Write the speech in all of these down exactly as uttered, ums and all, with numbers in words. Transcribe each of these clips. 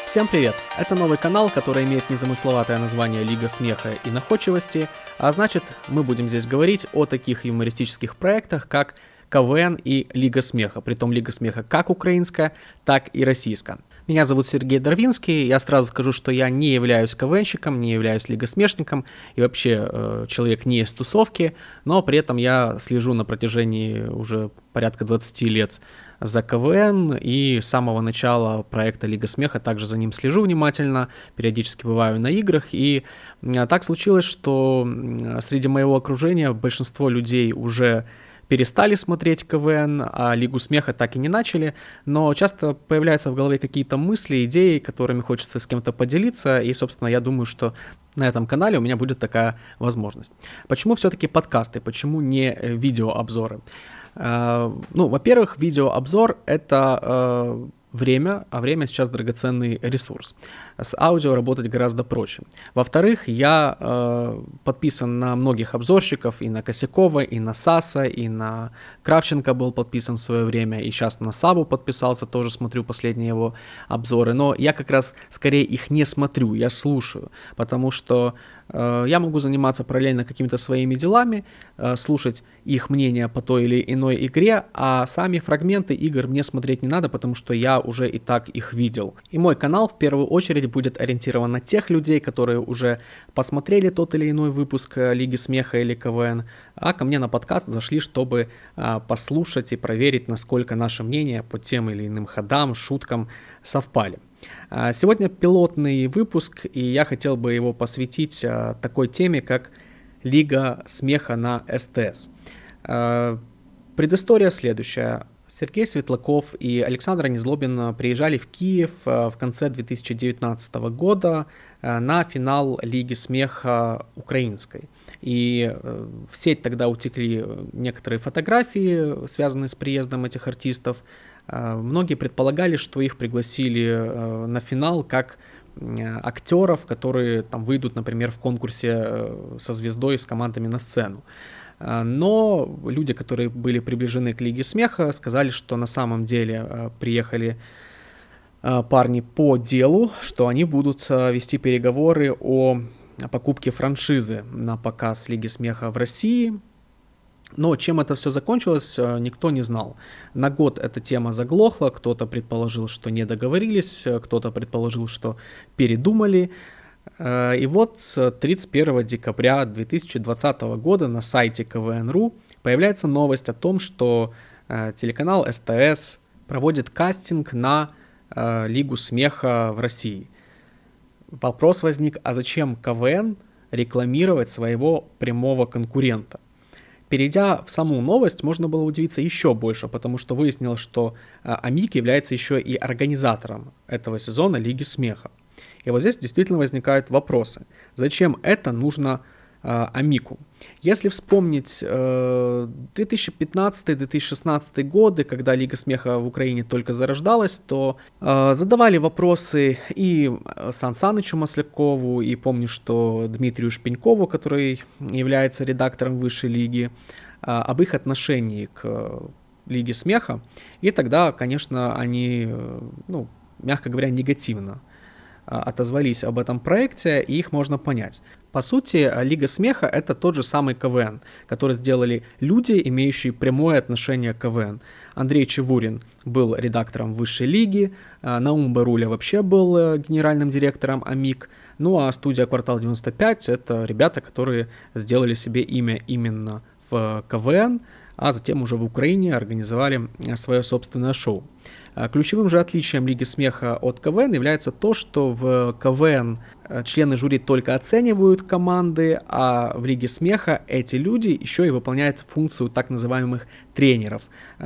Всем привет! Это новый канал, который имеет незамысловатое название «Лига смеха и находчивости», а значит, мы будем здесь говорить о таких юмористических проектах, как КВН и Лига смеха, притом Лига смеха как украинская, так и российская. Меня зовут Сергей Дарвинский, я сразу скажу, что я не являюсь КВНщиком, не являюсь лигосмешником и вообще э, человек не из тусовки, но при этом я слежу на протяжении уже порядка двадцати лет за КВН и с самого начала проекта Лига смеха также за ним слежу внимательно, периодически бываю на играх, и э, так случилось, что э, среди моего окружения большинство людей уже перестали смотреть КВН, а Лигу смеха так и не начали, но часто появляются в голове какие-то мысли, идеи, которыми хочется с кем-то поделиться, и, собственно, я думаю, что на этом канале у меня будет такая возможность. Почему все-таки подкасты, почему не видеообзоры? Uh, ну, во-первых, видеообзор — это uh, время, а время сейчас драгоценный ресурс. С аудио работать гораздо проще. Во-вторых, я э, подписан на многих обзорщиков, и на Косякова, и на Саса, и на Кравченко был подписан в свое время, и сейчас на Сабу подписался, тоже смотрю последние его обзоры, но я как раз скорее их не смотрю, я слушаю, потому что э, я могу заниматься параллельно какими-то своими делами, э, слушать их мнение по той или иной игре, а сами фрагменты игр мне смотреть не надо, потому что я уже и так их видел. И мой канал в первую очередь будет ориентирован на тех людей, которые уже посмотрели тот или иной выпуск Лиги смеха или КВН, а ко мне на подкаст зашли, чтобы а, послушать и проверить, насколько наши мнения по тем или иным ходам, шуткам совпали. А, сегодня пилотный выпуск, и я хотел бы его посвятить а, такой теме, как Лига смеха на СТС. А, предыстория следующая. Сергей Светлаков и Александр Незлобин приезжали в Киев в конце две тысячи девятнадцатого года на финал Лиги смеха украинской. И в сеть тогда утекли некоторые фотографии, связанные с приездом этих артистов. Многие предполагали, что их пригласили на финал как актеров, которые там выйдут, например, в конкурсе со звездой, с командами на сцену. Но люди, которые были приближены к Лиге смеха, сказали, что на самом деле приехали парни по делу, что они будут вести переговоры о покупке франшизы на показ Лиги смеха в России. Но чем это все закончилось, никто не знал. На год эта тема заглохла, кто-то предположил, что не договорились, кто-то предположил, что передумали. И вот тридцать первого декабря две тысячи двадцатого года на сайте ка вэ эн точка ру появляется новость о том, что телеканал СТС проводит кастинг на Лигу смеха в России. Вопрос возник, а зачем КВН рекламировать своего прямого конкурента? Перейдя в саму новость, можно было удивиться еще больше, потому что выяснилось, что АМИК является еще и организатором этого сезона Лиги смеха. И вот здесь действительно возникают вопросы. Зачем это нужно э, АМИКу? Если вспомнить э, две тысячи пятнадцатый — две тысячи шестнадцатый годы, когда Лига смеха в Украине только зарождалась, то э, задавали вопросы и Сан Санычу Маслякову, и помню, что Дмитрию Шпенькову, который является редактором Высшей лиги, э, об их отношении к э, Лиге смеха. И тогда, конечно, они, э, ну, мягко говоря, негативно отозвались об этом проекте, и их можно понять. По сути, Лига смеха — это тот же самый КВН, который сделали люди, имеющие прямое отношение к КВН. Андрей Чевурин был редактором Высшей лиги, Наум Баруля вообще был генеральным директором АМИК, ну а студия Квартал девяносто пять — это ребята, которые сделали себе имя именно в КВН, а затем уже в Украине организовали свое собственное шоу. Ключевым же отличием Лиги смеха от КВН является то, что в КВН члены жюри только оценивают команды, а в Лиге смеха эти люди еще и выполняют функцию так называемых тренеров,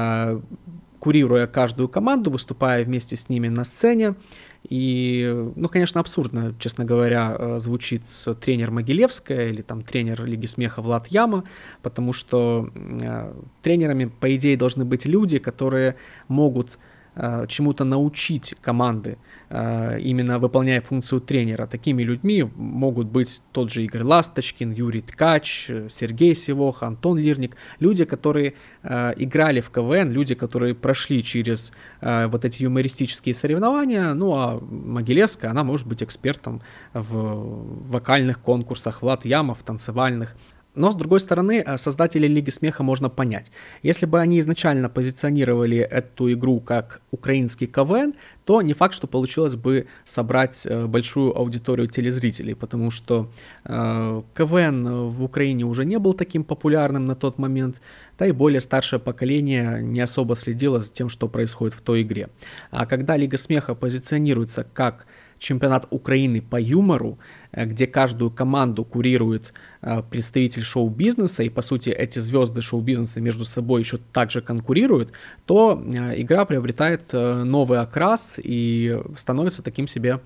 курируя каждую команду, выступая вместе с ними на сцене. И, ну, конечно, абсурдно, честно говоря, звучит тренер Могилевская или там тренер Лиги смеха Влад Яма, потому что э, тренерами, по идее, должны быть люди, которые могут э, чему-то научить команды, э, именно выполняя функцию тренера. Такими людьми могут быть тот же Игорь Ласточкин, Юрий Ткач, Сергей Сивох, Антон Лирник. Люди, которые э, играли в КВН, люди, которые прошли через э, вот эти юмористические соревнования. Ну а Могилевская, она может быть экспертом в вокальных конкурсах, Влад Ямов, танцевальных. Но, с другой стороны, создателей Лиги Смеха можно понять. Если бы они изначально позиционировали эту игру как украинский КВН, то не факт, что получилось бы собрать большую аудиторию телезрителей, потому что э, КВН в Украине уже не был таким популярным на тот момент, да и более старшее поколение не особо следило за тем, что происходит в той игре. А когда Лига Смеха позиционируется как чемпионат Украины по юмору, где каждую команду курирует представитель шоу-бизнеса, и по сути эти звезды шоу-бизнеса между собой еще также конкурируют, то игра приобретает новый окрас и становится таким себе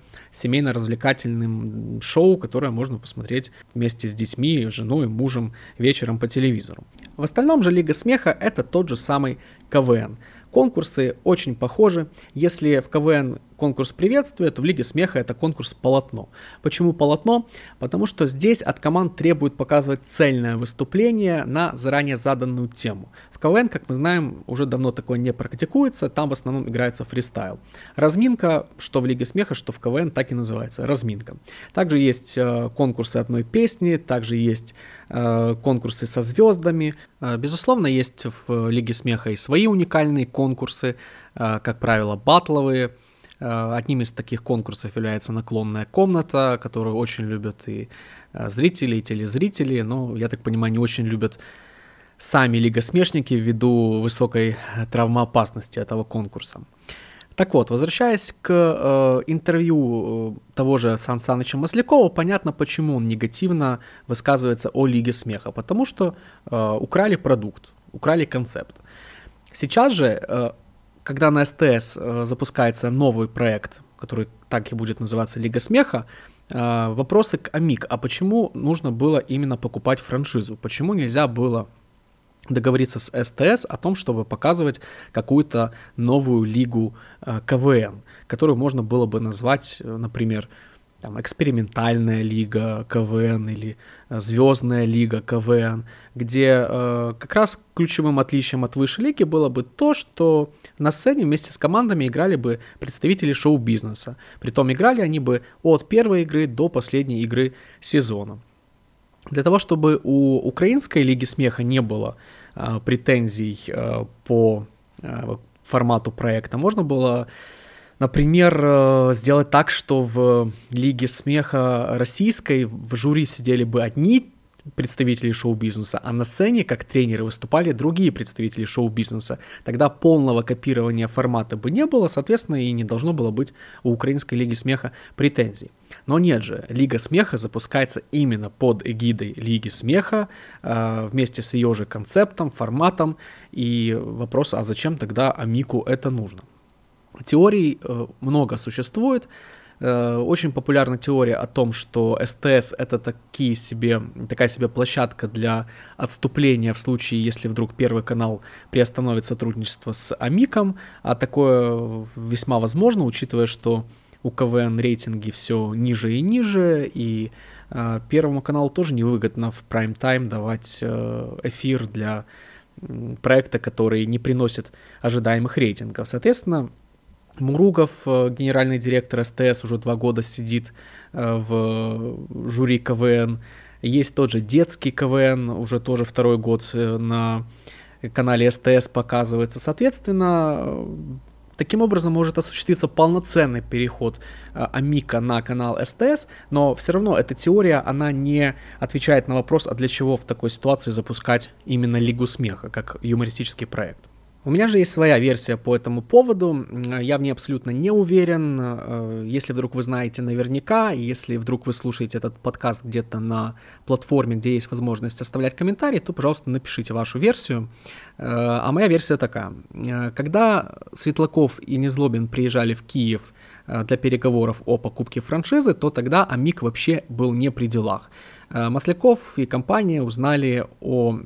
семейно-развлекательным шоу, которое можно посмотреть вместе с детьми, женой, мужем вечером по телевизору. В остальном же Лига Смеха — это тот же самый КВН. Конкурсы очень похожи. Если в КВН конкурс приветствия, то в Лиге Смеха это конкурс полотно. Почему полотно? Потому что здесь от команд требуют показывать цельное выступление на заранее заданную тему. В КВН, как мы знаем, уже давно такое не практикуется, там в основном играется фристайл. Разминка, что в Лиге Смеха, что в КВН, так и называется, разминка. Также есть э, конкурсы одной песни, также есть э, конкурсы со звездами. Э, безусловно, есть в Лиге Смеха и свои уникальные конкурсы, э, как правило, батловые. Одним из таких конкурсов является «Наклонная комната», которую очень любят и зрители, и телезрители, но, я так понимаю, не очень любят сами лигосмешники ввиду высокой травмоопасности этого конкурса. Так вот, возвращаясь к э, интервью того же Сан Саныча Маслякова, понятно, почему он негативно высказывается о Лиге Смеха. Потому что э, украли продукт, украли концепт. Сейчас же... Э, Когда на СТС э, запускается новый проект, который так и будет называться Лига Смеха, э, вопросы к АМИК. А почему нужно было именно покупать франшизу? Почему нельзя было договориться с СТС о том, чтобы показывать какую-то новую лигу э, КВН, которую можно было бы назвать, э, например, там, экспериментальная лига КВН или звездная лига КВН, где э, как раз ключевым отличием от высшей лиги было бы то, что на сцене вместе с командами играли бы представители шоу-бизнеса. Притом играли они бы от первой игры до последней игры сезона. Для того, чтобы у украинской Лиги Смеха не было э, претензий э, по э, формату проекта, можно было... Например, сделать так, что в Лиге Смеха российской в жюри сидели бы одни представители шоу-бизнеса, а на сцене, как тренеры, выступали другие представители шоу-бизнеса. Тогда полного копирования формата бы не было, соответственно, и не должно было быть у Украинской Лиги Смеха претензий. Но нет же, Лига Смеха запускается именно под эгидой Лиги Смеха, э, вместе с ее же концептом, форматом, и вопрос, а зачем тогда АМИКу это нужно? Теорий э, много существует. Э, очень популярна теория о том, что СТС это такие себе, такая себе площадка для отступления в случае, если вдруг Первый канал приостановит сотрудничество с АМИКом. А такое весьма возможно, учитывая, что у КВН рейтинги все ниже и ниже, и э, Первому каналу тоже невыгодно в прайм-тайм давать э, эфир для э, проекта, который не приносит ожидаемых рейтингов. Соответственно, Муругов, генеральный директор СТС, уже два года сидит в жюри КВН. Есть тот же детский КВН, уже тоже второй год на канале СТС показывается. Соответственно, таким образом может осуществиться полноценный переход АМИКа на канал СТС, но все равно эта теория, она не отвечает на вопрос, а для чего в такой ситуации запускать именно Лигу Смеха, как юмористический проект. У меня же есть своя версия по этому поводу, я в ней абсолютно не уверен. Если вдруг вы знаете наверняка, если вдруг вы слушаете этот подкаст где-то на платформе, где есть возможность оставлять комментарии, то, пожалуйста, напишите вашу версию. А моя версия такая. Когда Светлаков и Незлобин приезжали в Киев для переговоров о покупке франшизы, то тогда АМИК вообще был не при делах. Масляков и компания узнали о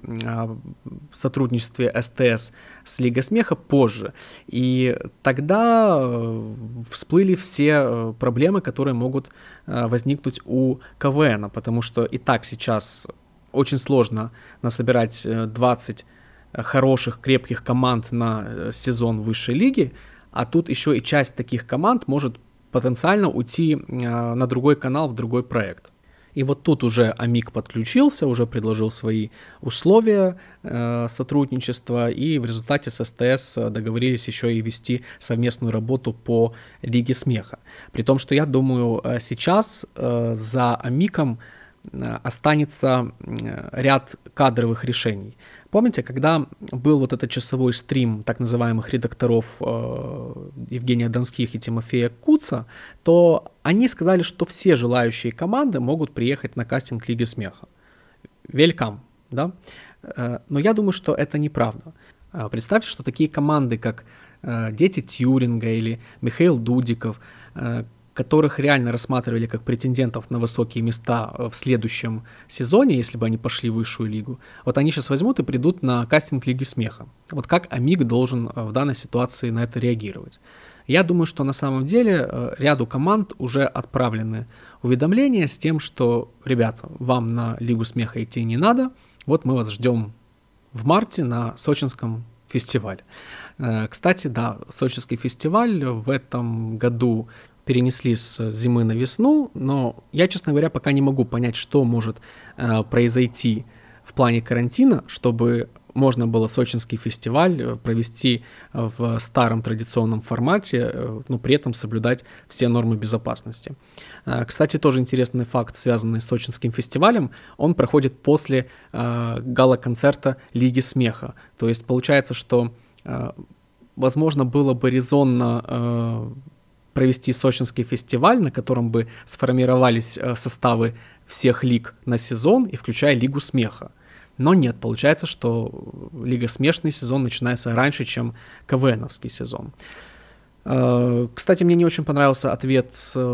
сотрудничестве СТС с Лигой Смеха позже. И тогда всплыли все проблемы, которые могут возникнуть у КВН, потому что и так сейчас очень сложно насобирать двадцать хороших, крепких команд на сезон высшей лиги, а тут еще и часть таких команд может потенциально уйти на другой канал, в другой проект. И вот тут уже АМИК подключился, уже предложил свои условия э, сотрудничества, и в результате с СТС договорились еще и вести совместную работу по Лиге Смеха. При том, что я думаю, сейчас э, за АМИКом останется ряд кадровых решений. Помните, когда был вот этот часовой стрим так называемых редакторов э, Евгения Донских и Тимофея Куца, то они сказали, что все желающие команды могут приехать на кастинг Лиги Смеха. Welcome, да? Э, но я думаю, что это неправда. Э, представьте, что такие команды, как э, Дети Тьюринга или Михаил Дудиков, э, которых реально рассматривали как претендентов на высокие места в следующем сезоне, если бы они пошли в высшую лигу, вот они сейчас возьмут и придут на кастинг Лиги Смеха. Вот как АМИК должен в данной ситуации на это реагировать? Я думаю, что на самом деле ряду команд уже отправлены уведомления с тем, что, ребята, вам на Лигу Смеха идти не надо, вот мы вас ждем в марте на Сочинском фестивале. Кстати, да, Сочинский фестиваль в этом году перенесли с зимы на весну, но я, честно говоря, пока не могу понять, что может э, произойти в плане карантина, чтобы можно было Сочинский фестиваль провести в старом традиционном формате, э, но при этом соблюдать все нормы безопасности. Э, кстати, тоже интересный факт, связанный с Сочинским фестивалем, он проходит после э, гала-концерта Лиги Смеха. То есть получается, что, э, возможно, было бы резонно э, провести Сочинский фестиваль, на котором бы сформировались составы всех лиг на сезон, и включая Лигу Смеха. Но нет, получается, что Лига Смешный сезон начинается раньше, чем КВНовский сезон. Кстати, мне не очень понравился ответ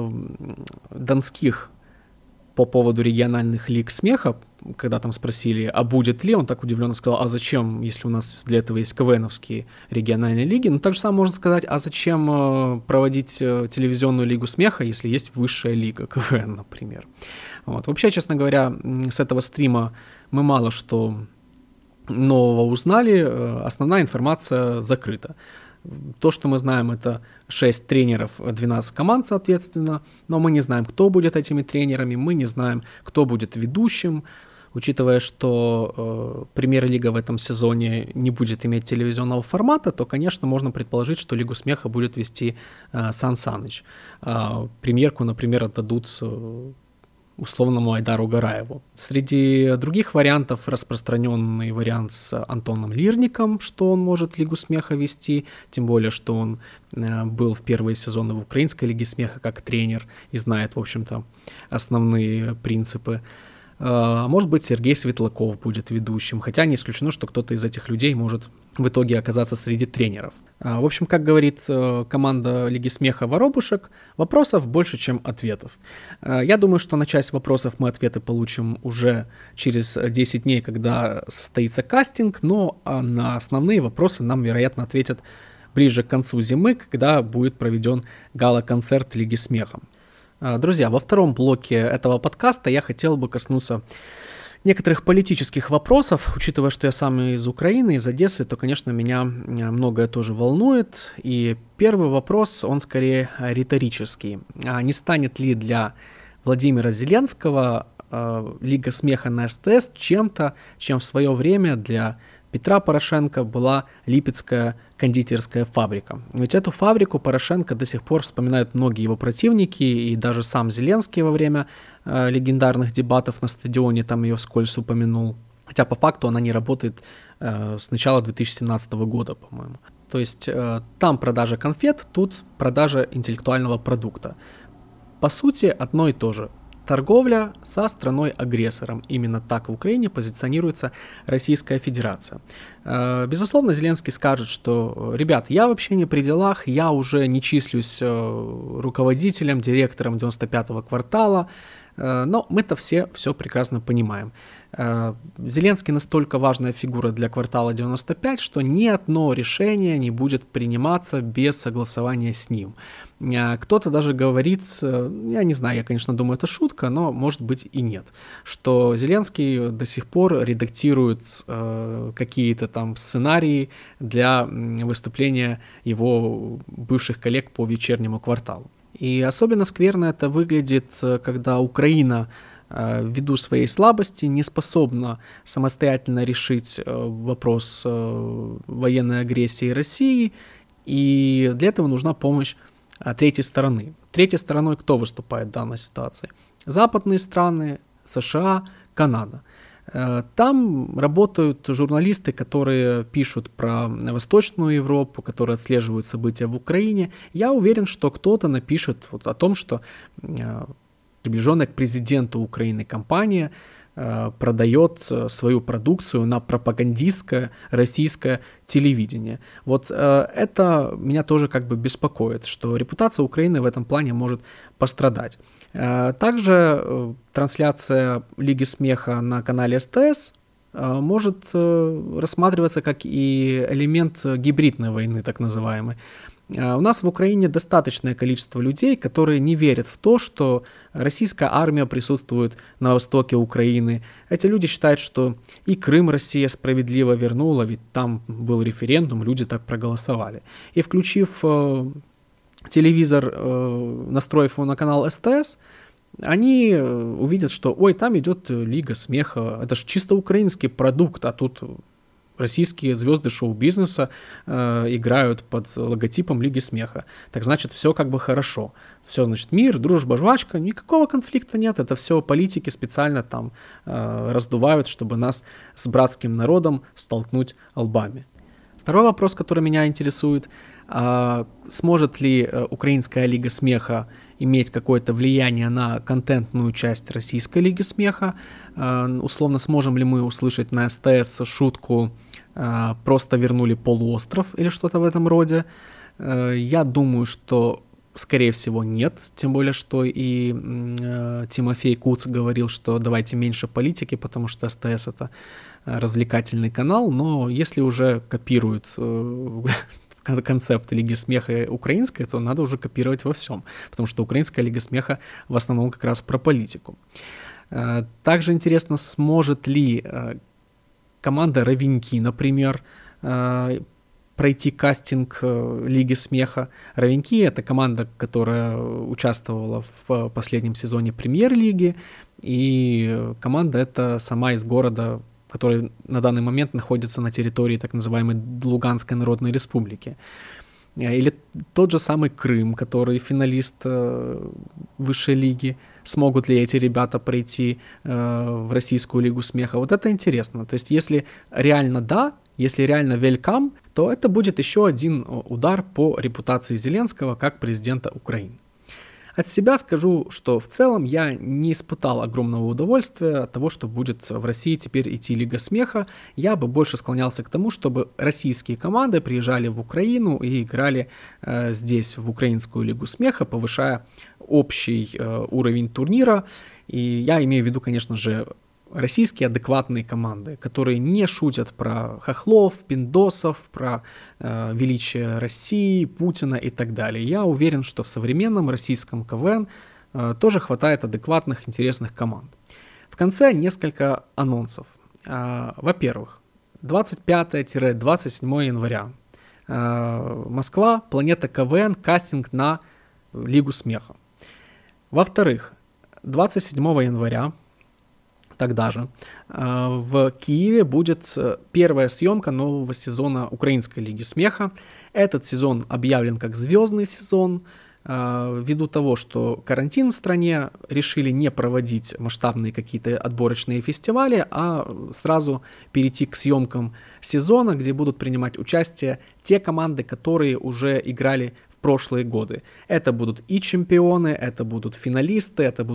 Донских по поводу региональных лиг смеха, когда там спросили, а будет ли, он так удивленно сказал, а зачем, если у нас для этого есть КВНовские региональные лиги. Ну, так же самое можно сказать, а зачем э, проводить э, телевизионную лигу смеха, если есть высшая лига КВН, например. Вот. Вообще, честно говоря, с этого стрима мы мало что нового узнали, э, основная информация закрыта. То, что мы знаем, это шесть тренеров, двенадцать команд, соответственно, но мы не знаем, кто будет этими тренерами, мы не знаем, кто будет ведущим. Учитывая, что э, премьер-лига в этом сезоне не будет иметь телевизионного формата, то, конечно, можно предположить, что Лигу Смеха будет вести э, Сан Саныч. Э, премьерку, например, отдадут э, условному Айдару Гараеву. Среди других вариантов распространенный вариант с Антоном Лирником, что он может Лигу Смеха вести, тем более, что он э, был в первые сезоны в Украинской Лиге Смеха как тренер и знает, в общем-то, основные принципы. А может быть, Сергей Светлаков будет ведущим, хотя не исключено, что кто-то из этих людей может в итоге оказаться среди тренеров. В общем, как говорит команда Лиги Смеха Воробушек, вопросов больше, чем ответов. Я думаю, что на часть вопросов мы ответы получим уже через десять дней, когда состоится кастинг, но на основные вопросы нам, вероятно, ответят ближе к концу зимы, когда будет проведен гала-концерт Лиги Смеха. Друзья, во втором блоке этого подкаста я хотел бы коснуться некоторых политических вопросов. Учитывая, что я сам из Украины, из Одессы, то, конечно, меня многое тоже волнует. И первый вопрос, он скорее риторический. Не станет ли для Владимира Зеленского Лига Смеха на СТС чем-то, чем в свое время для Петра Порошенко была Липецкая кондитерская фабрика? Ведь эту фабрику Порошенко до сих пор вспоминают многие его противники, и даже сам Зеленский во время э, легендарных дебатов на стадионе там ее вскользь упомянул. Хотя по факту она не работает э, с начала две тысячи семнадцатого года, по-моему. То есть э, там продажа конфет, тут продажа интеллектуального продукта. По сути, одно и то же. торговля со страной-агрессором. Именно так в Украине позиционируется Российская Федерация. Безусловно, Зеленский скажет, что, ребят, я вообще не при делах, я уже не числюсь руководителем, директором девяносто пятого квартала, но мы-то все все прекрасно понимаем. Зеленский настолько важная фигура для квартала девяносто пять, что ни одно решение не будет приниматься без согласования с ним. Кто-то даже говорит, я не знаю, я, конечно, думаю, это шутка, но может быть и нет, что Зеленский до сих пор редактирует э, какие-то там сценарии для выступления его бывших коллег по вечернему кварталу. И особенно скверно это выглядит, когда Украина, ввиду своей слабости, не способна самостоятельно решить вопрос военной агрессии России, и для этого нужна помощь третьей стороны. Третьей стороной кто выступает в данной ситуации? Западные страны, США, Канада. Там работают журналисты, которые пишут про Восточную Европу, которые отслеживают события в Украине. Я уверен, что кто-то напишет вот о том, что приближенная к президенту Украины компания э, продает свою продукцию на пропагандистское российское телевидение. Вот э, это меня тоже как бы беспокоит, что репутация Украины в этом плане может пострадать. Э, также э, трансляция Лиги Смеха на канале СТС э, может э, рассматриваться как и элемент гибридной войны, так называемой. У нас в Украине достаточное количество людей, которые не верят в то, что российская армия присутствует на востоке Украины. Эти люди считают, что и Крым Россия справедливо вернула, ведь там был референдум, люди так проголосовали. И включив э, телевизор, э, настроив его на канал СТС, они увидят, что ой, там идет Лига Смеха, это же чисто украинский продукт, а тут российские звезды шоу-бизнеса э, играют под логотипом Лиги Смеха. Так значит, все как бы хорошо. Все, значит, мир, дружба, жвачка, никакого конфликта нет. Это все политики специально там э, раздувают, чтобы нас с братским народом столкнуть лбами. Второй вопрос, который меня интересует, э, сможет ли э, Украинская Лига Смеха иметь какое-то влияние на контентную часть Российской Лиги Смеха. Э, условно, сможем ли мы услышать на СТС шутку э, «просто вернули полуостров» или что-то в этом роде. Э, я думаю, что, скорее всего, нет. Тем более, что и э, Тимофей Куц говорил, что давайте меньше политики, потому что СТС — это развлекательный канал. Но если уже копируют э, концепт Лиги Смеха украинской, то надо уже копировать во всем, потому что украинская Лига Смеха в основном как раз про политику. Также интересно, сможет ли команда Ровеньки, например, пройти кастинг Лиги Смеха. Ровеньки — это команда, которая участвовала в последнем сезоне Премьер-лиги, и команда эта сама из города, который на данный момент находится на территории так называемой Луганской Народной Республики. Или тот же самый Крым, который финалист э, высшей лиги. Смогут ли эти ребята пройти э, в Российскую Лигу Смеха? Вот это интересно. То есть если реально да, если реально welcome, то это будет еще один удар по репутации Зеленского как президента Украины. От себя скажу, что в целом я не испытал огромного удовольствия от того, что будет в России теперь идти Лига Смеха. Я бы больше склонялся к тому, чтобы российские команды приезжали в Украину и играли э, здесь в Украинскую Лигу Смеха, повышая общий э, уровень турнира. И я имею в виду, конечно же, российские адекватные команды, которые не шутят про хохлов, пиндосов, про э, величие России, Путина и так далее. Я уверен, что в современном российском КВН э, тоже хватает адекватных, интересных команд. В конце несколько анонсов. Э, во-первых, двадцать пятое - двадцать седьмое января. Э, Москва, Планета КВН, кастинг на Лигу Смеха. Во-вторых, двадцать седьмого января тогда же в Киеве будет первая съемка нового сезона Украинской Лиги Смеха. Этот сезон объявлен как звездный сезон. Ввиду того, что карантин в стране, решили не проводить масштабные какие-то отборочные фестивали, а сразу перейти к съемкам сезона, где будут принимать участие те команды, которые уже играли в прошлые годы. Это будут и чемпионы, это будут финалисты, это будут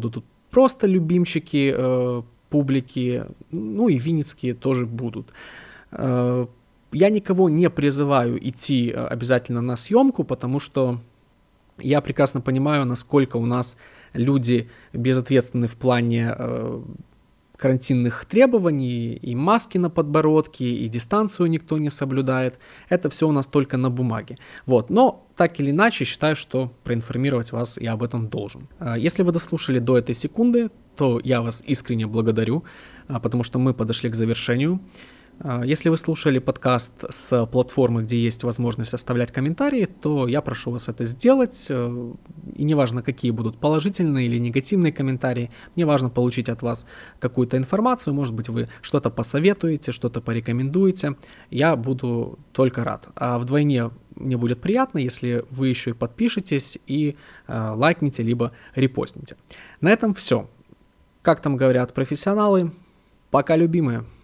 просто любимчики э, публики, ну и винницкие тоже будут. Э, я никого не призываю идти обязательно на съемку, потому что я прекрасно понимаю, насколько у нас люди безответственны в плане э, карантинных требований, и маски на подбородке, и дистанцию никто не соблюдает. Это все у нас только на бумаге. Вот. Но так или иначе, считаю, что проинформировать вас я об этом должен. Если вы дослушали до этой секунды, то я вас искренне благодарю, потому что мы подошли к завершению. Если вы слушали подкаст с платформы, где есть возможность оставлять комментарии, то я прошу вас это сделать. И неважно, какие будут положительные или негативные комментарии, мне важно получить от вас какую-то информацию, может быть, вы что-то посоветуете, что-то порекомендуете. Я буду только рад. А вдвойне мне будет приятно, если вы еще и подпишетесь и э, лайкните, либо репостните. На этом все. Как там говорят профессионалы, пока, любимые.